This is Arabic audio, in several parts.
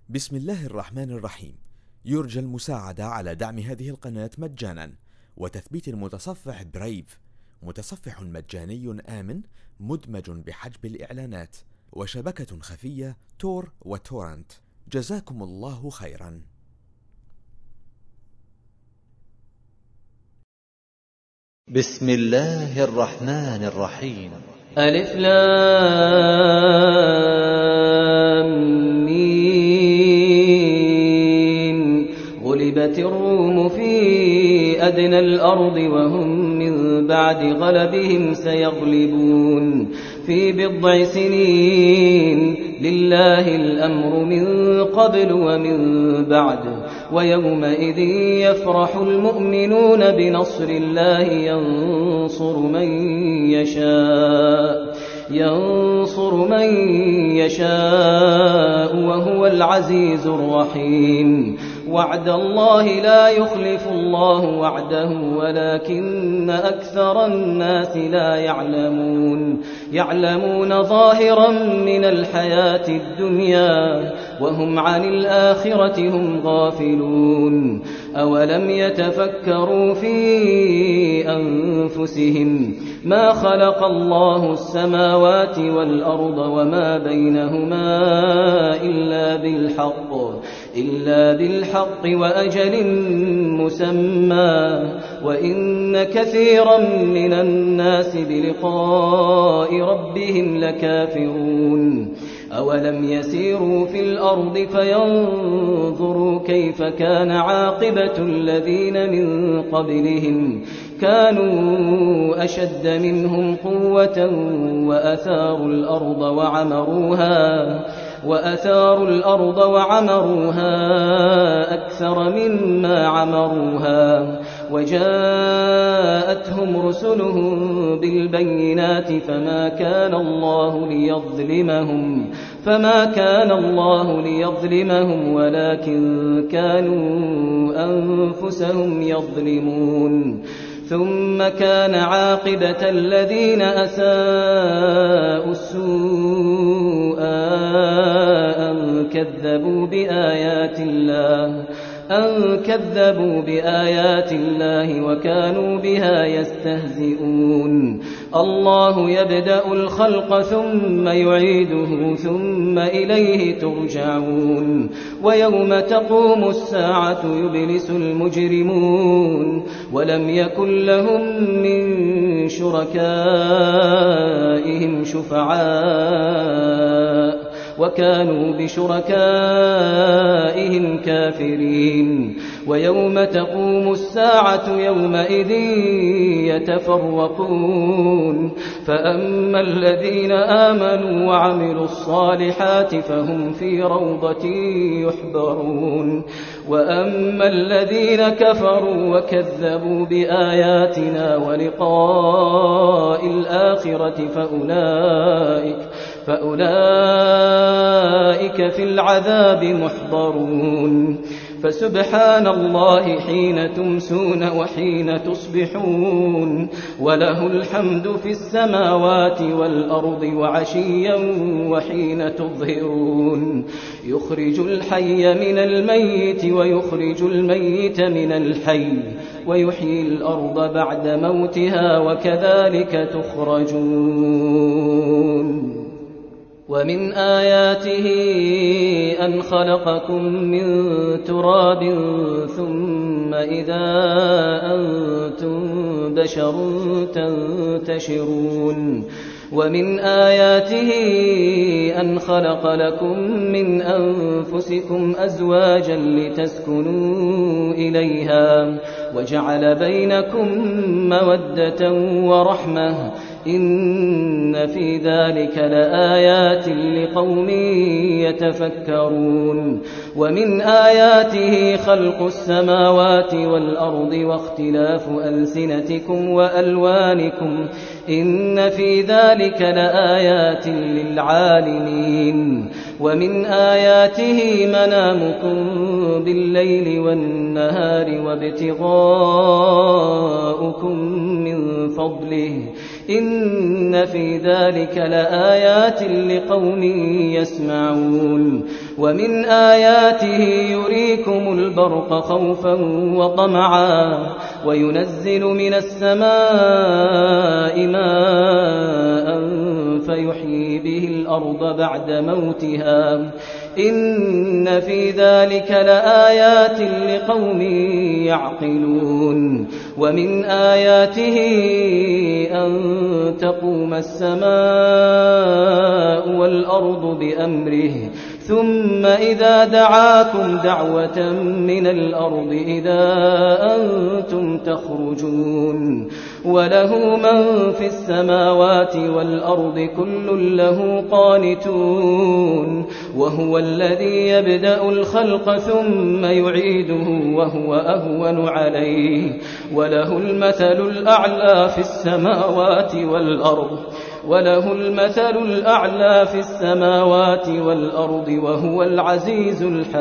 بسم الله الرحمن الرحيم. يرجى المساعدة على دعم هذه القناة مجانا وتثبيت المتصفح برايف، متصفح مجاني آمن مدمج بحجب الإعلانات، وشبكة خفية تور وتورنت. جزاكم الله خيرا. بسم الله الرحمن الرحيم. ألف لام ميم. غلبت الروم في أدنى الأرض وهم من بعد غلبهم سيغلبون في بضع سنين. لله الأمر من قبل ومن بعد، ويومئذ يفرح المؤمنون بنصر الله ينصر من يشاء وهو العزيز الرحيم. وعد الله لا يخلف الله وعده ولكن أكثر الناس لا يعلمون ظاهرا من الحياة الدنيا وهم عن الآخرة هم غافلون. أولم يتفكروا في أنفسهم ما خلق الله السماوات والأرض وما بينهما إلا بالحق وأجل مسمى، وإن كثيرا من الناس بلقاء ربهم لكافرون. أولم يسيروا في الأرض فينظروا كيف كان عاقبة الذين من قبلهم، كانوا أشد منهم قوة وأثاروا الأرض وعمروها أكثر مما عمروها، وجاءتهم رسلهم بالبينات فما كان الله ليظلمهم ولكن كانوا أنفسهم يظلمون. ثم كان عاقبة الذين أساءوا السوء أن كذبوا بآيات الله وكانوا بها يستهزئون. الله يبدأ الخلق ثم يعيده ثم إليه ترجعون. ويوم تقوم الساعة يبلس المجرمون ولم يكن لهم من شركائهم شفعاء وكانوا بشركائهم كافرين. ويوم تقوم الساعة يومئذ يتفرقون، فأما الذين آمنوا وعملوا الصالحات فهم في روضة يحبرون، وأما الذين كفروا وكذبوا بآياتنا ولقاء الآخرة فأولئك في العذاب محضرون. فسبحان الله حين تمسون وحين تصبحون، وله الحمد في السماوات والأرض وعشيا وحين تظهرون. يخرج الحي من الميت ويخرج الميت من الحي ويحيي الأرض بعد موتها وكذلك تخرجون. ومن آياته أن خلقكم من تراب ثم إذا أنتم بشر تنتشرون. ومن آياته أن خلق لكم من أنفسكم أزواجا لتسكنوا إليها وجعل بينكم مودة ورحمة، إن في ذلك لآيات لقوم يتفكرون. ومن آياته خلق السماوات والأرض واختلاف ألسنتكم وألوانكم، إن في ذلك لآيات للعالمين. ومن آياته منامكم بالليل والنهار وابتغاؤكم من فضله إن في ذلك لآيات لقوم يسمعون ومن آياته يريكم البرق خوفا وطمعا وينزل من السماء ماء فيحيي به الأرض بعد موتها إن في ذلك لآيات لقوم يعقلون ومن آياته أن تقوم السماء والأرض بأمره ثم إذا دعاكم دعوة من الأرض إذا أنتم تخرجون وله من في السماوات والأرض كل له قانتون وهو الذي يبدأ الخلق ثم يعيده وهو أهون عليه وله المثل الأعلى في السماوات والأرض وهو العزيز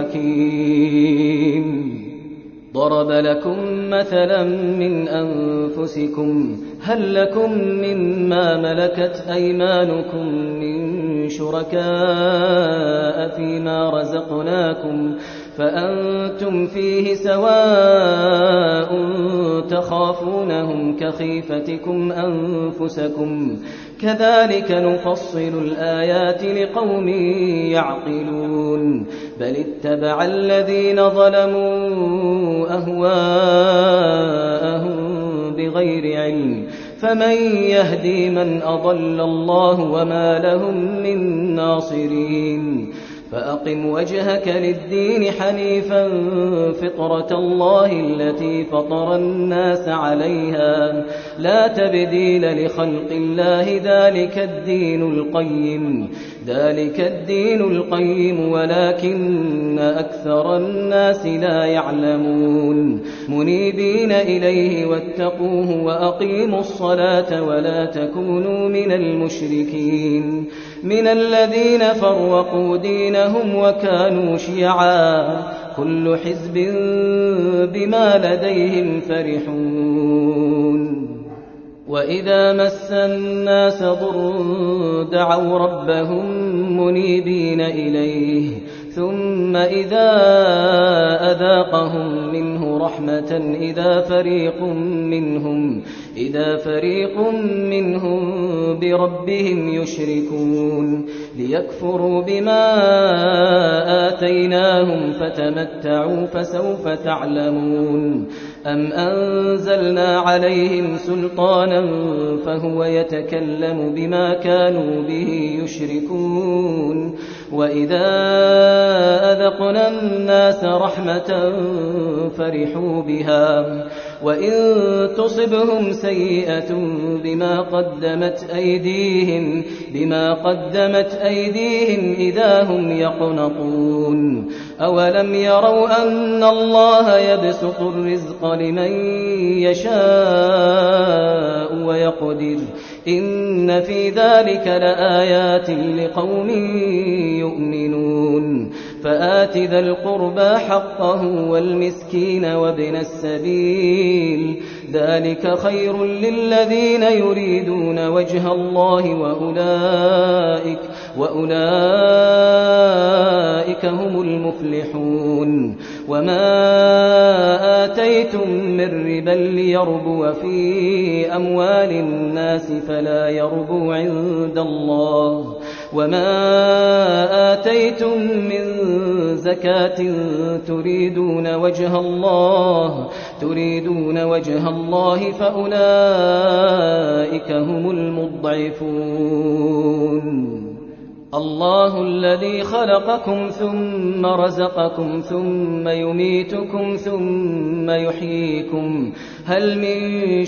الحكيم ضرب لكم مثلا من أنفسكم هل لكم مما ملكت أيمانكم من شركاء فيما رزقناكم فأنتم فيه سواء تخافونهم كخيفتكم أنفسكم كذلك نفصل الآيات لقوم يعقلون بل اتبع الذين ظلموا أهواءهم بغير علم فمن يهدي من أضل الله وما لهم من ناصرين فأقم وجهك للدين حنيفا فطرة الله التي فطر الناس عليها لا تبديل لخلق الله ذلك الدين القيم ولكن أكثر الناس لا يعلمون منيبين إليه واتقوه وأقيموا الصلاة ولا تكونوا من المشركين من الذين فرقوا دينهم وكانوا شيعا كل حزب بما لديهم فرحون وإذا مس الناس ضر دعوا ربهم منيبين إليه ثم إذا أذاقهم منه رحمة إذا فريق منهم بربهم يشركون ليكفروا بما آتيناهم فتمتعوا فسوف تعلمون أم أنزلنا عليهم سلطانا فهو يتكلم بما كانوا به يشركون وإذا أذقنا الناس رحمة فرحوا بها وإن تصبهم سيئة بما قدمت أيديهم إذا هم يقنطون أولم يروا أن الله يبسط الرزق لمن يشاء ويقدر إن في ذلك لآيات لقوم يؤمنون فآت ذا القربى حقه والمسكين وابن السبيل ذلك خير للذين يريدون وجه الله وأولئك هم المفلحون وما آتيتم من ربا ليربو في أموال الناس فلا يربو عند الله وما آتيتم من زكاة تريدون وجه الله فأولئك هم المضعفون الله الذي خلقكم ثم رزقكم ثم يميتكم ثم يحييكم هل من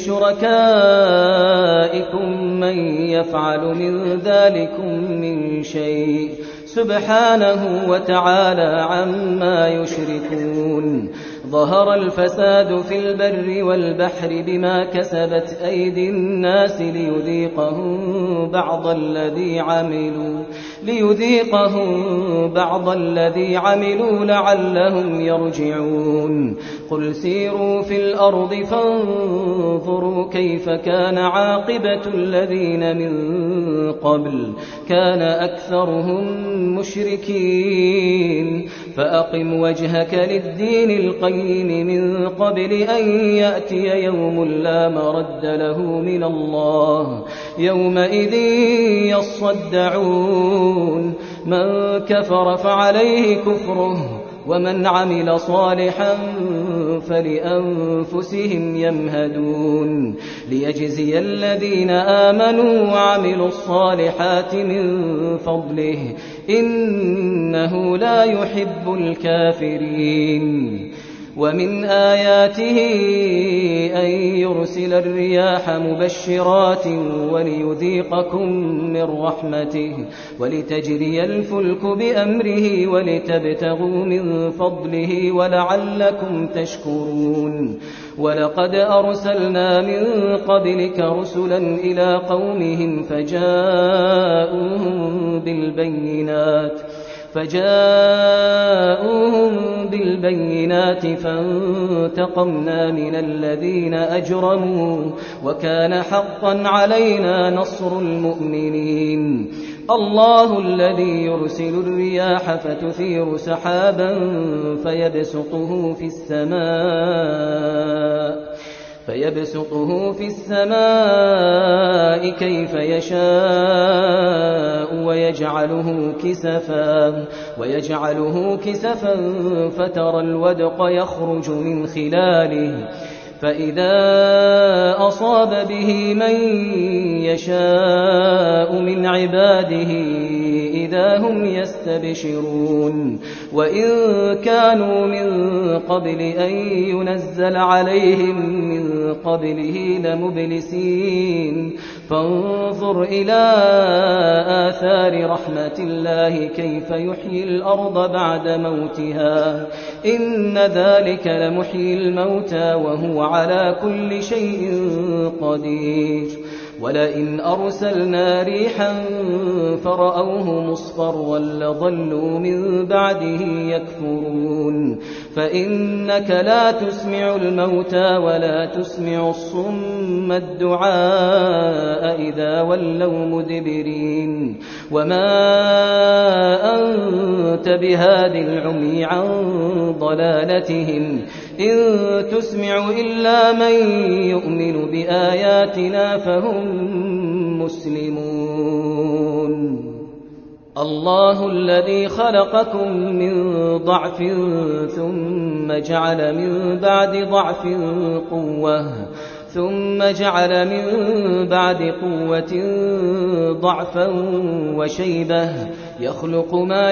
شركائكم من يفعل من ذلكم من شيء سبحانه وتعالى عما يشركون ظهر الفساد في البر والبحر بما كسبت أيدي الناس ليذيقهم بعض الذي عملوا ليذيقهم بعض الذي عملوا لعلهم يرجعون قل سيروا في الأرض فانظروا كيف كان عاقبة الذين من قبل كان أكثرهم مشركين فأقم وجهك للدين القيم من قبل أن يأتي يوم لا مرد له من الله يومئذ يصدعون من كفر فعليه كفره ومن عمل صالحا فلأنفسهم يمهدون ليجزي الذين آمنوا وعملوا الصالحات من فضله إنه لا يحب الكافرين ومن آياته أن يرسل الرياح مبشرات وليذيقكم من رحمته ولتجري الفلك بأمره ولتبتغوا من فضله ولعلكم تشكرون ولقد أرسلنا من قبلك رسلا إلى قومهم فجاءوهم بالبينات فانتقمنا من الذين أجرموا وكان حقا علينا نصر المؤمنين الله الذي يرسل الرياح فتثير سحابا فيبسطه في السماء كيف يشاء ويجعله كسفا فترى الودق يخرج من خلاله فإذا أصاب به من يشاء من عباده إذا هم يستبشرون وإن كانوا من قبل أن ينزل عليهم من قبله لمبلسين فانظر إلى آثار رحمة الله كيف يحيي الأرض بعد موتها إن ذلك لمحيي الموتى وهو على كل شيء قدير ولئن أرسلنا ريحا فرأوه مصفرا لظلوا من بعده يكفرون فإنك لا تسمع الموتى ولا تسمع الصم الدعاء إذا ولوا مدبرين وما أنت بهاد العمي عن ضلالتهم إن تسمع إلا من يؤمن بآياتنا فهم مسلمون الله الذي خلقكم من ضعف ثم جعل من بعد ضعف قوة ثم جعل من بعد قوة ضعفا وشيبة يخلق ما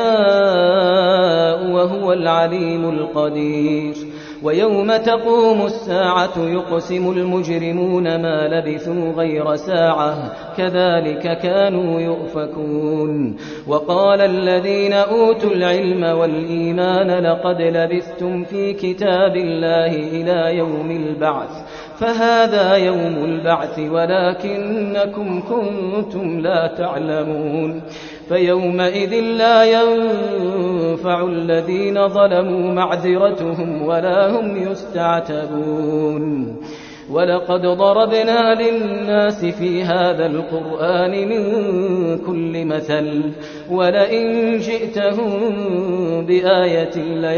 يشاء وهو العليم القدير ويوم تقوم الساعة يقسم المجرمون ما لبثوا غير ساعة كذلك كانوا يؤفكون وقال الذين أوتوا العلم والإيمان لقد لبثتم في كتاب الله إلى يوم البعث فهذا يوم البعث ولكنكم كنتم لا تعلمون فيومئذ لا ينفع الذين ظلموا معذرتهم ولا هم يستعتبون ولقد ضربنا للناس في هذا القرآن من كل مثل ولئن جئتهم بآية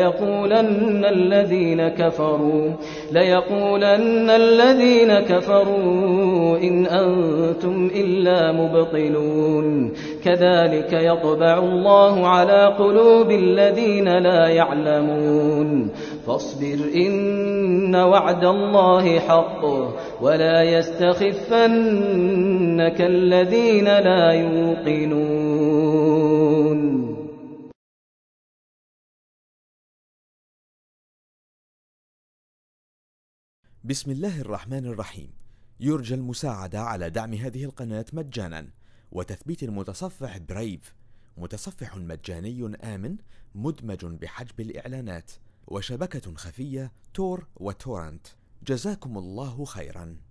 ليقولن الذين كفروا إن أنتم إلا مبطلون كذلك يطبع الله على قلوب الذين لا يعلمون فاصبر إن وعد الله حق ولا يستخفنك الذين لا يوقنون. بسم الله الرحمن الرحيم. يرجى المساعدة على دعم هذه القناة مجانا وتثبيت المتصفح برايف، متصفح مجاني آمن مدمج بحجب الإعلانات، وشبكة خفية تور وتورنت. جزاكم الله خيرا.